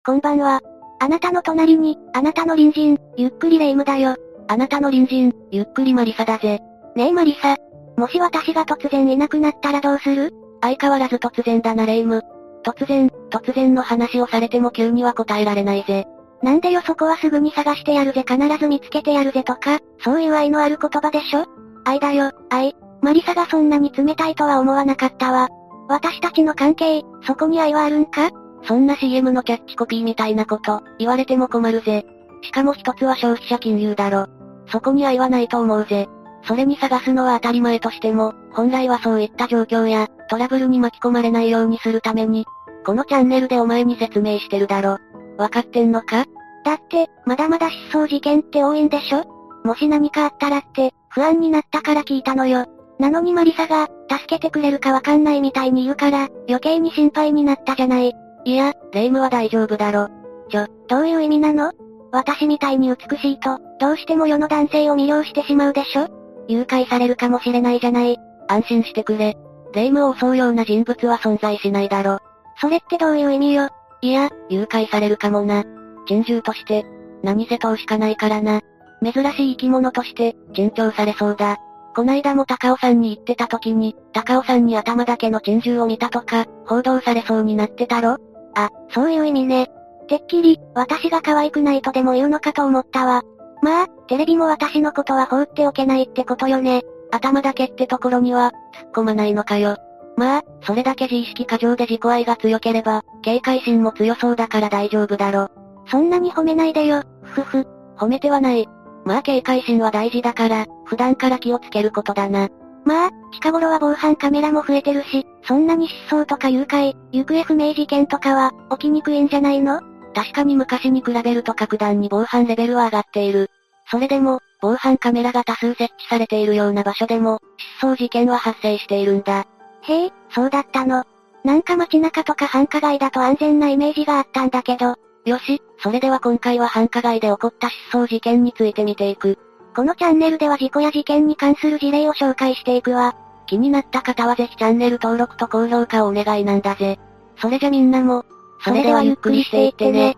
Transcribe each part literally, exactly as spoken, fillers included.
こんばんは。あなたの隣に、あなたの隣人、ゆっくりレ夢ムだよ。 あなたの隣人、ゆっくりマリサだぜ。 ねえマリサ。もし私が突然いなくなったらどうする？ 相変わらず突然だなレ夢ム。突然、突然の話をされても急には答えられないぜ。 なんでよそこはすぐに探してやるぜ必ず見つけてやるぜとか、そういう愛のある言葉でしょ？愛だよ、愛。マリサがそんなに冷たいとは思わなかったわ。私たちの関係、そこに愛はあるんか？ そんな シーエム のキャッチコピーみたいなこと、言われても困るぜ。しかも一つは消費者金融だろ。そこに愛はないと思うぜ。それに探すのは当たり前としても、本来はそういった状況や、トラブルに巻き込まれないようにするために、このチャンネルでお前に説明してるだろ。わかってんのか？ だって、まだまだ失踪事件って多いんでしょ？もし何かあったらって、不安になったから聞いたのよ。なのにマリサが、助けてくれるかわかんないみたいに言うから、余計に心配になったじゃない。 いや、レ夢ムは大丈夫だろ。 ちょ、どういう意味なの？私みたいに美しいと、どうしても世の男性を魅了してしまうでしょ？誘拐されるかもしれないじゃない。 安心してくれ。レ夢ムを襲うような人物は存在しないだろ。 それってどういう意味よ？ いや、誘拐されるかもな。珍獣として、何せ通しかないからな。珍しい生き物として、珍重されそうだ。こないだも高尾山に行ってた時に、高尾山に頭だけの珍獣を見たとか、報道されそうになってたろ？ あ、そういう意味ね。てっきり、私が可愛くないとでも言うのかと思ったわ。まあ、テレビも私のことは放っておけないってことよね。 頭だけってところには、突っ込まないのかよ。まあ、それだけ自意識過剰で自己愛が強ければ、警戒心も強そうだから大丈夫だろ。 そんなに褒めないでよ、ふふ。 褒めてはない。まあ警戒心は大事だから、普段から気をつけることだな。 まあ、近頃は防犯カメラも増えてるし、そんなに失踪とか誘拐、行方不明事件とかは、起きにくいんじゃないの？ 確かに昔に比べると格段に防犯レベルは上がっている。それでも、防犯カメラが多数設置されているような場所でも、失踪事件は発生しているんだ。 へえ、そうだったの。なんか街中とか繁華街だと安全なイメージがあったんだけど。 よし、それでは今回は繁華街で起こった失踪事件について見ていく。 このチャンネルでは事故や事件に関する事例を紹介していくわ。 気になった方はぜひチャンネル登録と高評価をお願いなんだぜ。それじゃみんなも、 それではゆっくりしていってね。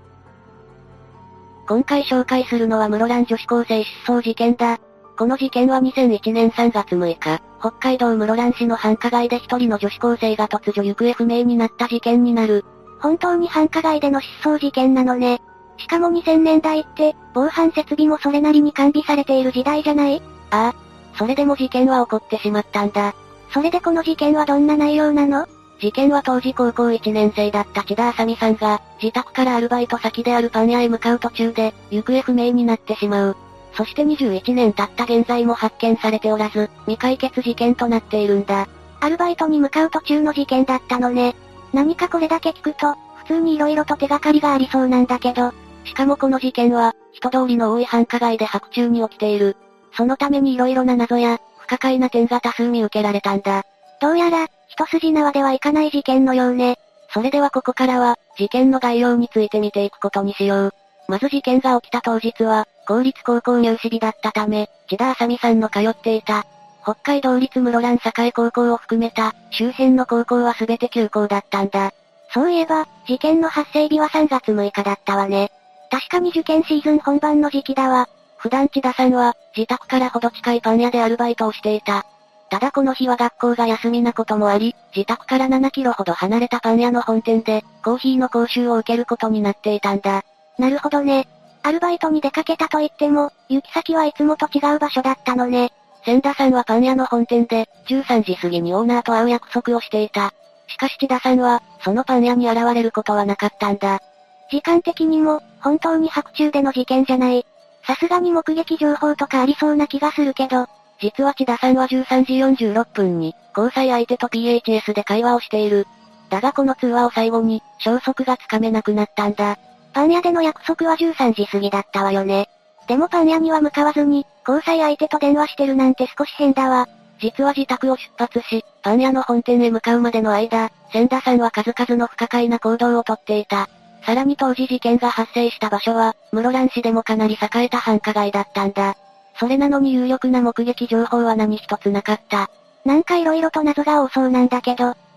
今回紹介するのは室蘭女子高生失踪事件だ。この事件はにせんいちねんさんがつむいか、北海道室蘭市の繁華街で一人の女子高生が突如行方不明になった事件になる。 本当に繁華街での失踪事件なのね。しかもにせんねんだいって、防犯設備もそれなりに完備されている時代じゃない？ ああ。それでも事件は起こってしまったんだ。 それでこの事件はどんな内容なの？ 事件は当時高校いちねん生だった千田あさみさんが、自宅からアルバイト先であるパン屋へ向かう途中で、行方不明になってしまう。そしてにじゅういちねん経った現在も発見されておらず、未解決事件となっているんだ。 アルバイトに向かう途中の事件だったのね。何かこれだけ聞くと、普通に色々と手がかりがありそうなんだけど。 しかもこの事件は、人通りの多い繁華街で白昼に起きている。そのために色々な謎や、不可解な点が多数見受けられたんだ。 どうやら、一筋縄ではいかない事件のようね。 それではここからは、事件の概要について見ていくことにしよう。まず事件が起きた当日は、公立高校入試日だったため、千田あさみさんの通っていた、北海道立室蘭栄高校を含めた、周辺の高校は全て休校だったんだ。 そういえば、事件の発生日はさんがつむいかだったわね。確かに受験シーズン本番の時期だわ。 普段千田さんは、自宅からほど近いパン屋でアルバイトをしていた。ただこの日は学校が休みなこともあり、自宅からななキロほど離れたパン屋の本店で、コーヒーの講習を受けることになっていたんだ。 なるほどね。アルバイトに出かけたと言っても、行き先はいつもと違う場所だったのね。 千田さんはパン屋の本店で、じゅうさんじ過ぎにオーナーと会う約束をしていた。しかし千田さんは、そのパン屋に現れることはなかったんだ。 時間的にも、本当に白昼での事件じゃない。さすがに目撃情報とかありそうな気がするけど。 実は千田さんはじゅうさんじよんじゅうろっぷんに、交際相手と ピーエイチエス で会話をしている。だがこの通話を最後に、消息がつかめなくなったんだ。 パン屋での約束はじゅうさんじ過ぎだったわよね。でもパン屋には向かわずに、交際相手と電話してるなんて少し変だわ。 実は自宅を出発し、パン屋の本店へ向かうまでの間、千田さんは数々の不可解な行動をとっていた。さらに当時事件が発生した場所は、室蘭市でもかなり栄えた繁華街だったんだ。それなのに有力な目撃情報は何一つなかった。 なんか色々と謎が多そうなんだけど。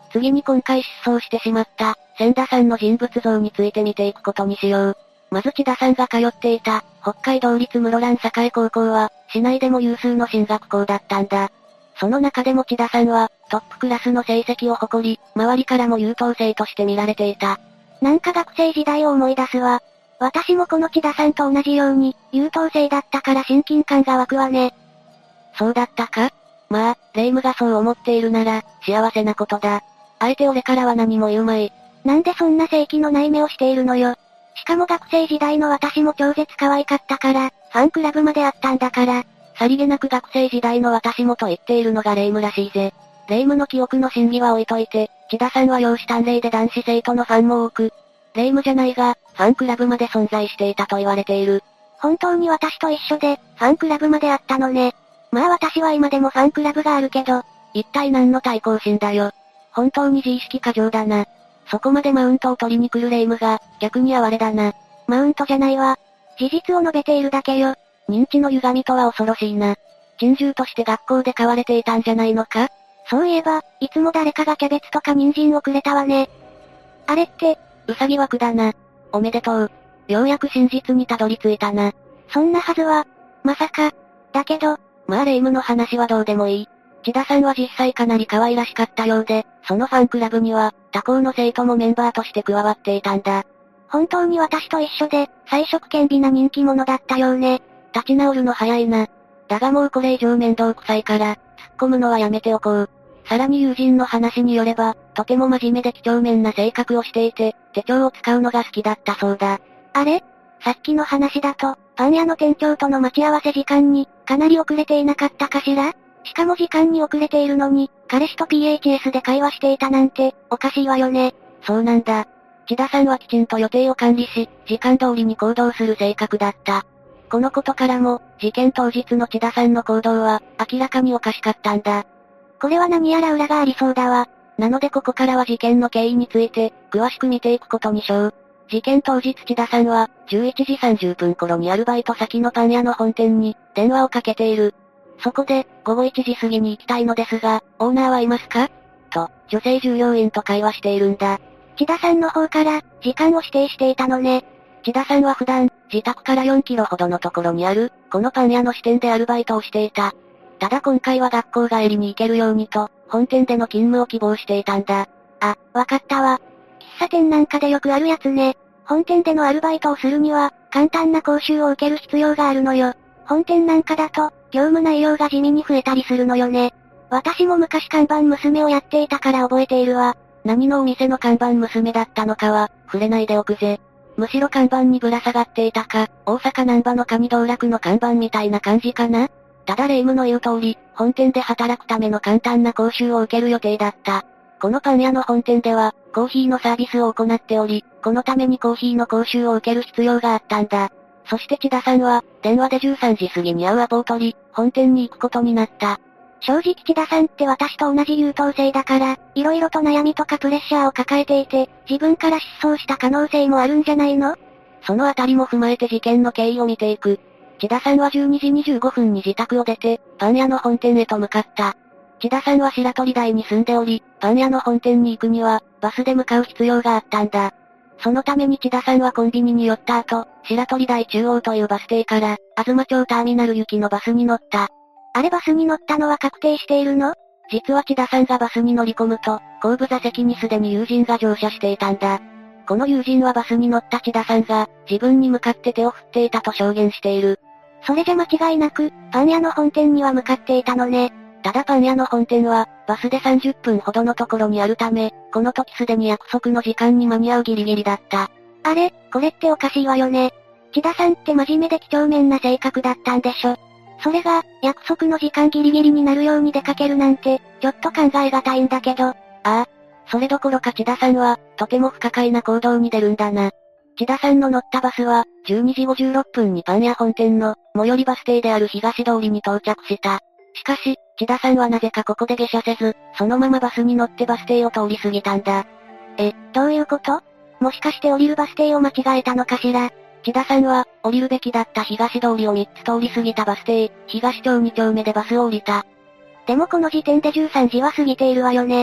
次に今回失踪してしまった、千田さんの人物像について見ていくことにしよう。まず千田さんが通っていた、北海道立室蘭栄高校は、市内でも有数の進学校だったんだ。その中でも千田さんは、トップクラスの成績を誇り、周りからも優等生として見られていた。 なんか学生時代を思い出すわ。私もこの千田さんと同じように、優等生だったから親近感が湧くわね。 そうだったか？まあ、霊夢がそう思っているなら、幸せなことだ。あえて俺からは何も言うまい。 なんでそんな正気のない目をしているのよ。しかも学生時代の私も超絶可愛かったから、ファンクラブまであったんだから。 さりげなく学生時代の私もと言っているのが霊夢らしいぜ。霊夢の記憶の真偽は置いといて、千田さんは容姿端麗で男子生徒のファンも多く、霊夢じゃないが、ファンクラブまで存在していたと言われている。 本当に私と一緒で、ファンクラブまであったのね。まあ私は今でもファンクラブがあるけど、 一体何の対抗心だよ。本当に自意識過剰だな。そこまでマウントを取りに来る霊夢が、逆に哀れだな。 マウントじゃないわ。事実を述べているだけよ。 認知の歪みとは恐ろしいな。珍獣として学校で飼われていたんじゃないのか？ そういえば、いつも誰かがキャベツとか人参をくれたわね。あれって、 うさぎ枠だな。おめでとう。ようやく真実にたどり着いたな。 そんなはずは、まさか、だけど、 まあ霊夢の話はどうでもいい。千田さんは実際かなり可愛らしかったようで、そのファンクラブには、他校の生徒もメンバーとして加わっていたんだ。 本当に私と一緒で、才色兼備な人気者だったようね。 立ち直るの早いな。だがもうこれ以上面倒くさいから、突っ込むのはやめておこう。さらに友人の話によれば、とても真面目で几帳面な性格をしていて、手帳を使うのが好きだったそうだ。 あれ？さっきの話だと、パン屋の店長との待ち合わせ時間に、かなり遅れていなかったかしら？しかも時間に遅れているのに、彼氏と ピーエイチエス で会話していたなんて、おかしいわよね。 そうなんだ。千田さんはきちんと予定を管理し、時間通りに行動する性格だった。このことからも、事件当日の千田さんの行動は、明らかにおかしかったんだ。 これは何やら裏がありそうだわ。 なのでここからは事件の経緯について、詳しく見ていくことにしよう。事件当日千田さんは、じゅういちじさんじゅっぷん頃にアルバイト先のパン屋の本店に、電話をかけている。そこで、ごごいちじ過ぎに行きたいのですが、オーナーはいますか？と、女性従業員と会話しているんだ。 千田さんの方から、時間を指定していたのね。 千田さんは普段、自宅からよんキロほどのところにある、このパン屋の支店でアルバイトをしていた。ただ今回は学校帰りに行けるようにと、本店での勤務を希望していたんだ。 あ、わかったわ。喫茶店なんかでよくあるやつね。本店でのアルバイトをするには、簡単な講習を受ける必要があるのよ。本店なんかだと、業務内容が地味に増えたりするのよね。私も昔看板娘をやっていたから覚えているわ。 何のお店の看板娘だったのかは、触れないでおくぜ。むしろ看板にぶら下がっていたか、大阪難波のカニ道楽の看板みたいな感じかな？ただ霊夢の言う通り、本店で働くための簡単な講習を受ける予定だった。このパン屋の本店では、コーヒーのサービスを行っており、このためにコーヒーの講習を受ける必要があったんだ。そして千田さんは、電話でじゅうさんじ過ぎに会うアポを取り、本店に行くことになった。 正直千田さんって私と同じ優等生だから、色々と悩みとかプレッシャーを抱えていて、自分から失踪した可能性もあるんじゃないの？ そのあたりも踏まえて事件の経緯を見ていく。千田さんはじゅうにじにじゅうごふんに自宅を出て、パン屋の本店へと向かった。千田さんは白鳥台に住んでおり、パン屋の本店に行くには、バスで向かう必要があったんだ。そのために千田さんはコンビニに寄った後、白鳥台中央というバス停から、東町ターミナル行きのバスに乗った。 あれバスに乗ったのは確定しているの？ 実は千田さんがバスに乗り込むと、後部座席にすでに友人が乗車していたんだ。この友人はバスに乗った千田さんが、自分に向かって手を振っていたと証言している。 それじゃ間違いなく、パン屋の本店には向かっていたのね。 ただパン屋の本店は、バスでさんじゅっぷんほどのところにあるため、この時すでに約束の時間に間に合うギリギリだった。 あれ、これっておかしいわよね。千田さんって真面目で几帳面な性格だったんでしょ。それが、約束の時間ギリギリになるように出かけるなんて、ちょっと考えがたいんだけど。ああ、それどころか千田さんは、とても不可解な行動に出るんだな。千田さんの乗ったバスは、じゅうにじごじゅうろっぷんにパン屋本店の、最寄りバス停である東通りに到着した。しかし、千田さんはなぜかここで下車せず、そのままバスに乗ってバス停を通り過ぎたんだ。 え、どういうこと？もしかして降りるバス停を間違えたのかしら？ 千田さんは、降りるべきだった東通りをみっつ通り過ぎたバス停、東町に丁目でバスを降りた。 でもこの時点でじゅうさんじは過ぎているわよね。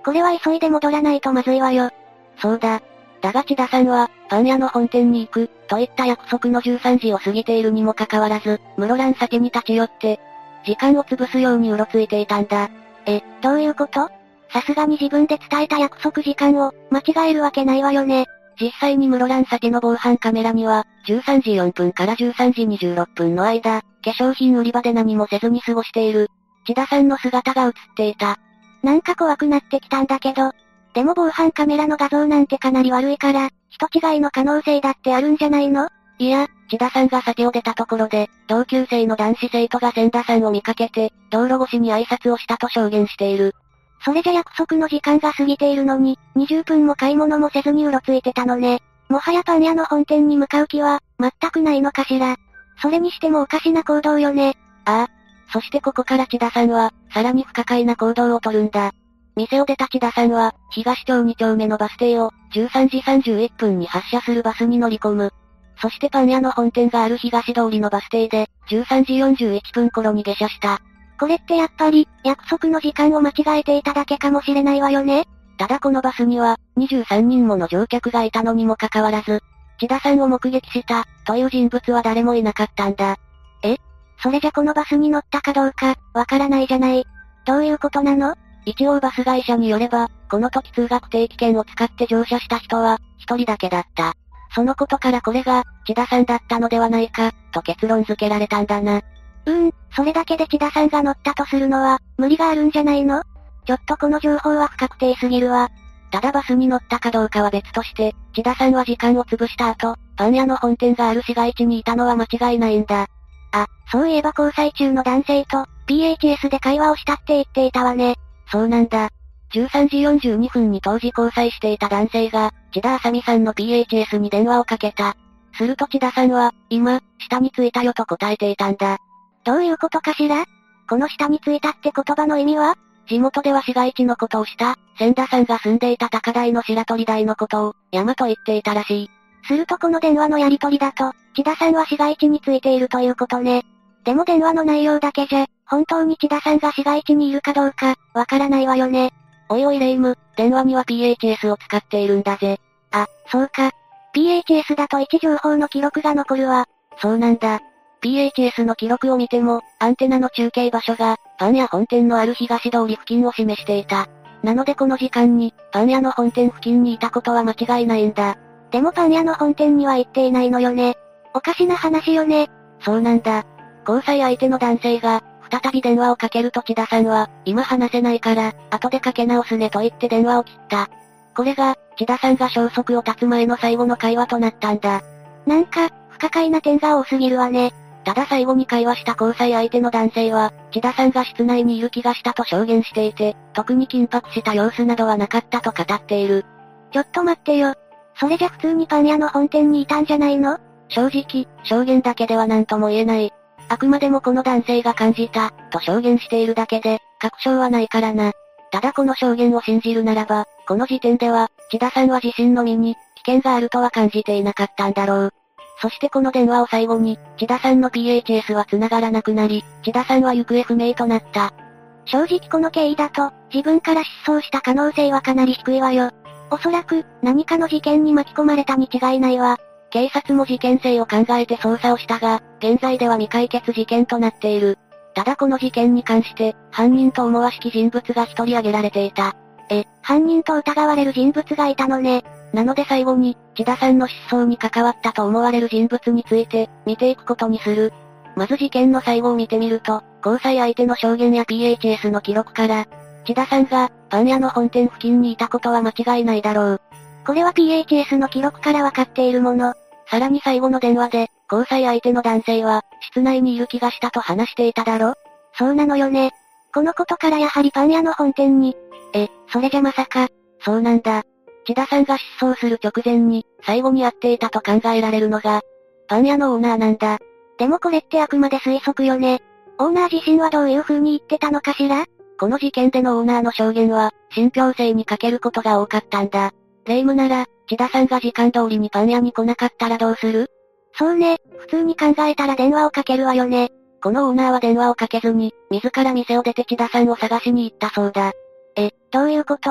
これは急いで戻らないとまずいわよ。 そうだ。だが千田さんは、パン屋の本店に行く、といった約束のじゅうさんじを過ぎているにもかかわらず、室蘭酒に立ち寄って、時間を潰すようにうろついていたんだ。 え、どういうこと？さすがに自分で伝えた約束時間を、間違えるわけないわよね。 実際に室蘭酒の防犯カメラには、じゅうさんじよんぷんからじゅうさんじにじゅうろっぷんの間、化粧品売り場で何もせずに過ごしている、千田さんの姿が映っていた。 なんか怖くなってきたんだけど。でも防犯カメラの画像なんてかなり悪いから、人違いの可能性だってあるんじゃないの？ いや、千田さんが酒を出たところで、同級生の男子生徒が千田さんを見かけて、道路越しに挨拶をしたと証言している。 それじゃ約束の時間が過ぎているのに、にじゅっぷんも買い物もせずにうろついてたのね。もはやパン屋の本店に向かう気は、全くないのかしら。それにしてもおかしな行動よね。 ああ。そしてここから千田さんは、さらに不可解な行動をとるんだ。店を出た千田さんは、東町に丁目のバス停を、じゅうさんじさんじゅういっぷんに発車するバスに乗り込む。そしてパン屋の本店がある東通りのバス停で、じゅうさんじよんじゅういっぷん頃に下車した。 これってやっぱり、約束の時間を間違えていただけかもしれないわよね。 ただこのバスには、にじゅうさんにんもの乗客がいたのにもかかわらず、千田さんを目撃した、という人物は誰もいなかったんだ。 え？それじゃこのバスに乗ったかどうか、わからないじゃない。どういうことなの？ 一応バス会社によれば、この時通学定期券を使って乗車した人は、一人だけだった。そのことからこれが、千田さんだったのではないか、と結論付けられたんだな。 うーん、それだけで千田さんが乗ったとするのは、無理があるんじゃないの？ちょっとこの情報は不確定すぎるわ。 ただバスに乗ったかどうかは別として、千田さんは時間を潰した後、パン屋の本店がある市街地にいたのは間違いないんだ。 あ、そういえば交際中の男性と、ピーエイチエス で会話をしたって言っていたわね。 そうなんだ。じゅうさんじよんじゅうにふんに当時交際していた男性が、千田あさみさんの ピーエイチエス に電話をかけた。すると千田さんは、今、下に着いたよと答えていたんだ。 どういうことかしら？この下に着いたって言葉の意味は？ 地元では市街地のことをした、千田さんが住んでいた高台の白鳥台のことを、山と言っていたらしい。 するとこの電話のやり取りだと、千田さんは市街地に着いているということね。でも電話の内容だけじゃ、本当に千田さんが市街地にいるかどうか、わからないわよね。 おいおいレイム、電話には ピーエイチエス を使っているんだぜ。 あ、そうか。ピーエイチエス だと位置情報の記録が残るわ。 そうなんだ。ピーエイチエス の記録を見ても、アンテナの中継場所が、パン屋本店のある東通り付近を示していた。なのでこの時間に、パン屋の本店付近にいたことは間違いないんだ。 でもパン屋の本店には行っていないのよね。おかしな話よね。 そうなんだ。交際相手の男性が、再び電話をかけると千田さんは、今話せないから、後でかけ直すねと言って電話を切った。これが、千田さんが消息を絶つ前の最後の会話となったんだ。 なんか、不可解な点が多すぎるわね。 ただ最後に会話した交際相手の男性は、千田さんが室内にいる気がしたと証言していて、特に緊迫した様子などはなかったと語っている。 ちょっと待ってよ。それじゃ普通にパン屋の本店にいたんじゃないの？ 正直、証言だけでは何とも言えない。あくまでもこの男性が感じた、と証言しているだけで、確証はないからな。ただこの証言を信じるならば、この時点では、千田さんは自身の身に、危険があるとは感じていなかったんだろう。そしてこの電話を最後に、千田さんの ピーエイチエス は繋がらなくなり、千田さんは行方不明となった。 正直この経緯だと、自分から失踪した可能性はかなり低いわよ。おそらく、何かの事件に巻き込まれたに違いないわ。 警察も事件性を考えて捜査をしたが、現在では未解決事件となっている。ただこの事件に関して、犯人と思わしき人物が一人挙げられていた。 え、犯人と疑われる人物がいたのね。 なので最後に、千田さんの失踪に関わったと思われる人物について、見ていくことにする。まず事件の最後を見てみると、交際相手の証言や ピーエイチエス の記録から、千田さんが、パン屋の本店付近にいたことは間違いないだろう。 これは ピーエイチエス の記録からわかっているもの。 さらに最後の電話で、交際相手の男性は、室内にいる気がしたと話していただろ？ そうなのよね。このことからやはりパン屋の本店に。 え、それじゃまさか、そうなんだ。千田さんが失踪する直前に、最後に会っていたと考えられるのが、パン屋のオーナーなんだ。 でもこれってあくまで推測よね。オーナー自身はどういう風に言ってたのかしら？ この事件でのオーナーの証言は、信憑性に欠けることが多かったんだ。霊夢なら、千田さんが時間通りにパン屋に来なかったらどうする？ そうね、普通に考えたら電話をかけるわよね。 このオーナーは電話をかけずに、自ら店を出て千田さんを探しに行ったそうだ。 え、どういうこと？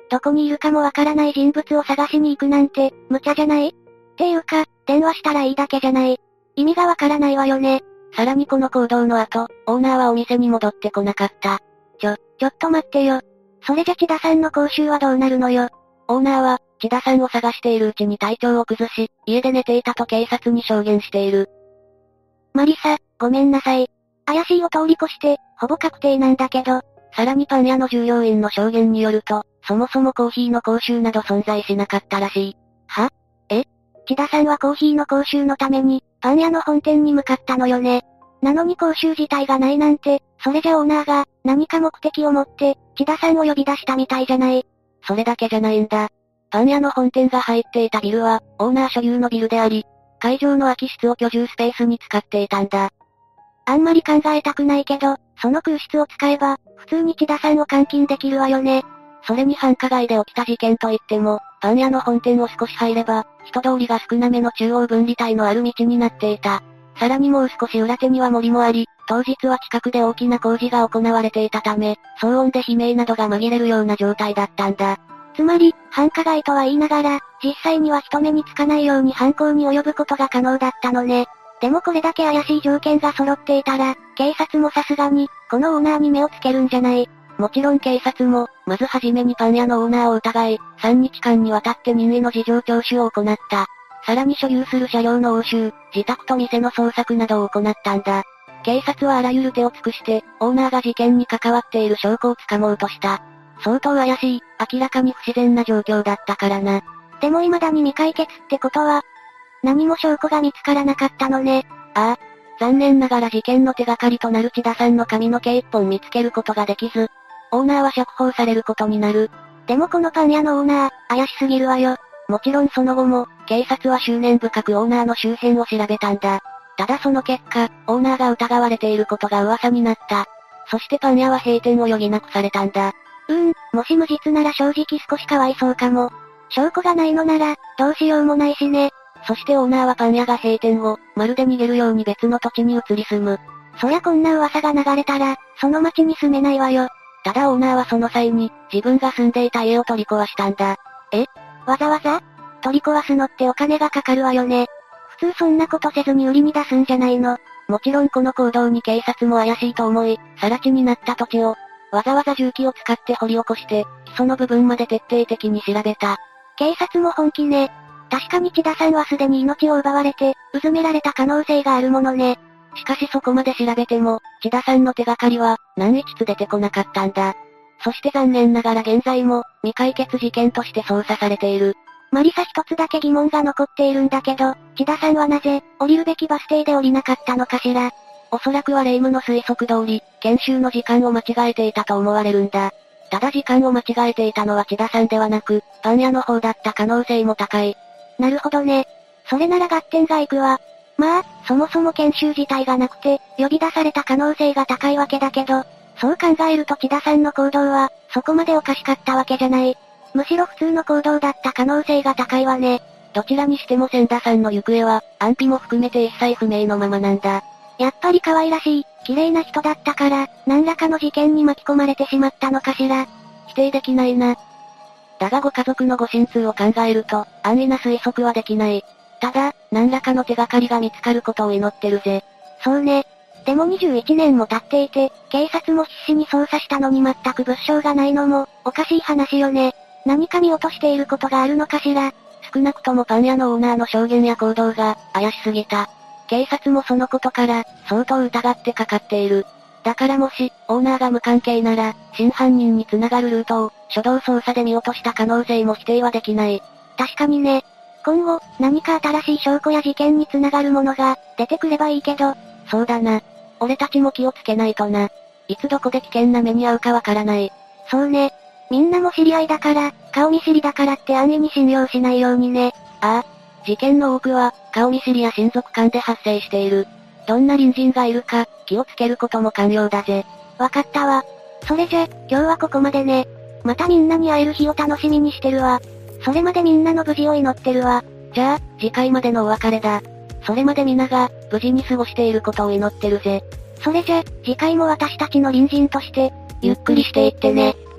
どこにいるかもわからない人物を探しに行くなんて、無茶じゃない？っていうか、電話したらいいだけじゃない。意味がわからないわよね。 さらにこの行動の後、オーナーはお店に戻ってこなかった。 ちょ、ちょっと待ってよ。それじゃ千田さんの口臭はどうなるのよ。 オーナーは、千田さんを探しているうちに体調を崩し、家で寝ていたと警察に証言している。 マリサ、ごめんなさい。怪しいを通り越して、ほぼ確定なんだけど。 さらにパン屋の従業員の証言によると、そもそもコーヒーの口臭など存在しなかったらしい。 は？え？千田さんはコーヒーの口臭のために、パン屋の本店に向かったのよね。なのに口臭自体がないなんて、それじゃオーナーが、何か目的を持って、千田さんを呼び出したみたいじゃない。 それだけじゃないんだ。パン屋の本店が入っていたビルは、オーナー所有のビルであり、会場の空き室を居住スペースに使っていたんだ。 あんまり考えたくないけど、その空室を使えば、普通に千田さんを監禁できるわよね。 それに繁華街で起きた事件といっても、パン屋の本店を少し入れば、人通りが少なめの中央分離帯のある道になっていた。さらにもう少し裏手には森もあり、当日は近くで大きな工事が行われていたため、騒音で悲鳴などが紛れるような状態だったんだ。 つまり、繁華街とは言いながら、実際には人目につかないように犯行に及ぶことが可能だったのね。でもこれだけ怪しい条件が揃っていたら、警察もさすがに、このオーナーに目をつけるんじゃない。 もちろん警察も、まずはじめにパン屋のオーナーを疑い、さんにちかんにわたって任意の事情聴取を行った。さらに所有する車両の押収、自宅と店の捜索などを行ったんだ。警察はあらゆる手を尽くして、オーナーが事件に関わっている証拠をつかもうとした。相当怪しい、明らかに不自然な状況だったからな。 でも未だに未解決ってことは、何も証拠が見つからなかったのね。 ああ。残念ながら事件の手がかりとなる千田さんの髪の毛一本見つけることができず、オーナーは釈放されることになる。 でもこのパン屋のオーナー、怪しすぎるわよ。 もちろんその後も、警察は執念深くオーナーの周辺を調べたんだ。ただその結果、オーナーが疑われていることが噂になった。そしてパン屋は閉店を余儀なくされたんだ。 うーん、もし無実なら正直少しかわいそうかも。証拠がないのなら、どうしようもないしね。 そしてオーナーはパン屋が閉店後、まるで逃げるように別の土地に移り住む。 そりゃこんな噂が流れたら、その町に住めないわよ。 ただオーナーはその際に、自分が住んでいた家を取り壊したんだ。 え？わざわざ？取り壊すのってお金がかかるわよね。普通そんなことせずに売りに出すんじゃないの。 もちろんこの行動に警察も怪しいと思い、更地になった土地を、わざわざ重機を使って掘り起こして、基礎の部分まで徹底的に調べた。 警察も本気ね。確かに千田さんはすでに命を奪われて、うずめられた可能性があるものね。 しかしそこまで調べても、千田さんの手がかりは、何一つ出てこなかったんだ。そして残念ながら現在も、未解決事件として捜査されている。 マリサ一つだけ疑問が残っているんだけど、千田さんはなぜ、降りるべきバス停で降りなかったのかしら。 おそらくは霊夢の推測通り、研修の時間を間違えていたと思われるんだ。ただ時間を間違えていたのは千田さんではなく、パン屋の方だった可能性も高い。 なるほどね。それなら合点がいくわ。まあ、そもそも研修自体がなくて、呼び出された可能性が高いわけだけど、そう考えると千田さんの行動は、そこまでおかしかったわけじゃない。むしろ普通の行動だった可能性が高いわね。 どちらにしても千田さんの行方は、安否も含めて一切不明のままなんだ。 やっぱり可愛らしい、綺麗な人だったから、何らかの事件に巻き込まれてしまったのかしら。 否定できないな。だがご家族のご心痛を考えると、安易な推測はできない。ただ、何らかの手がかりが見つかることを祈ってるぜ。 そうね。でもにじゅういちねんも経っていて、警察も必死に捜査したのに全く物証がないのも、おかしい話よね。何か見落としていることがあるのかしら。 少なくともパン屋のオーナーの証言や行動が、怪しすぎた。警察もそのことから、相当疑ってかかっている。だからもし、オーナーが無関係なら、真犯人に繋がるルートを、初動捜査で見落とした可能性も否定はできない。 確かにね。今後、何か新しい証拠や事件に繋がるものが、出てくればいいけど。 そうだな。俺たちも気をつけないとな。いつどこで危険な目に遭うかわからない。 そうね。みんなも知り合いだから、顔見知りだからって安易に信用しないようにね。 ああ。事件の多くは、顔見知りや親族間で発生している。どんな隣人がいるか、気をつけることも肝要だぜ。 わかったわ。それじゃ、今日はここまでね。またみんなに会える日を楽しみにしてるわ。それまでみんなの無事を祈ってるわ。 じゃあ、次回までのお別れだ。それまで皆が、無事に過ごしていることを祈ってるぜ。 それじゃ、次回も私たちの隣人として、 ゆっくりしていってね。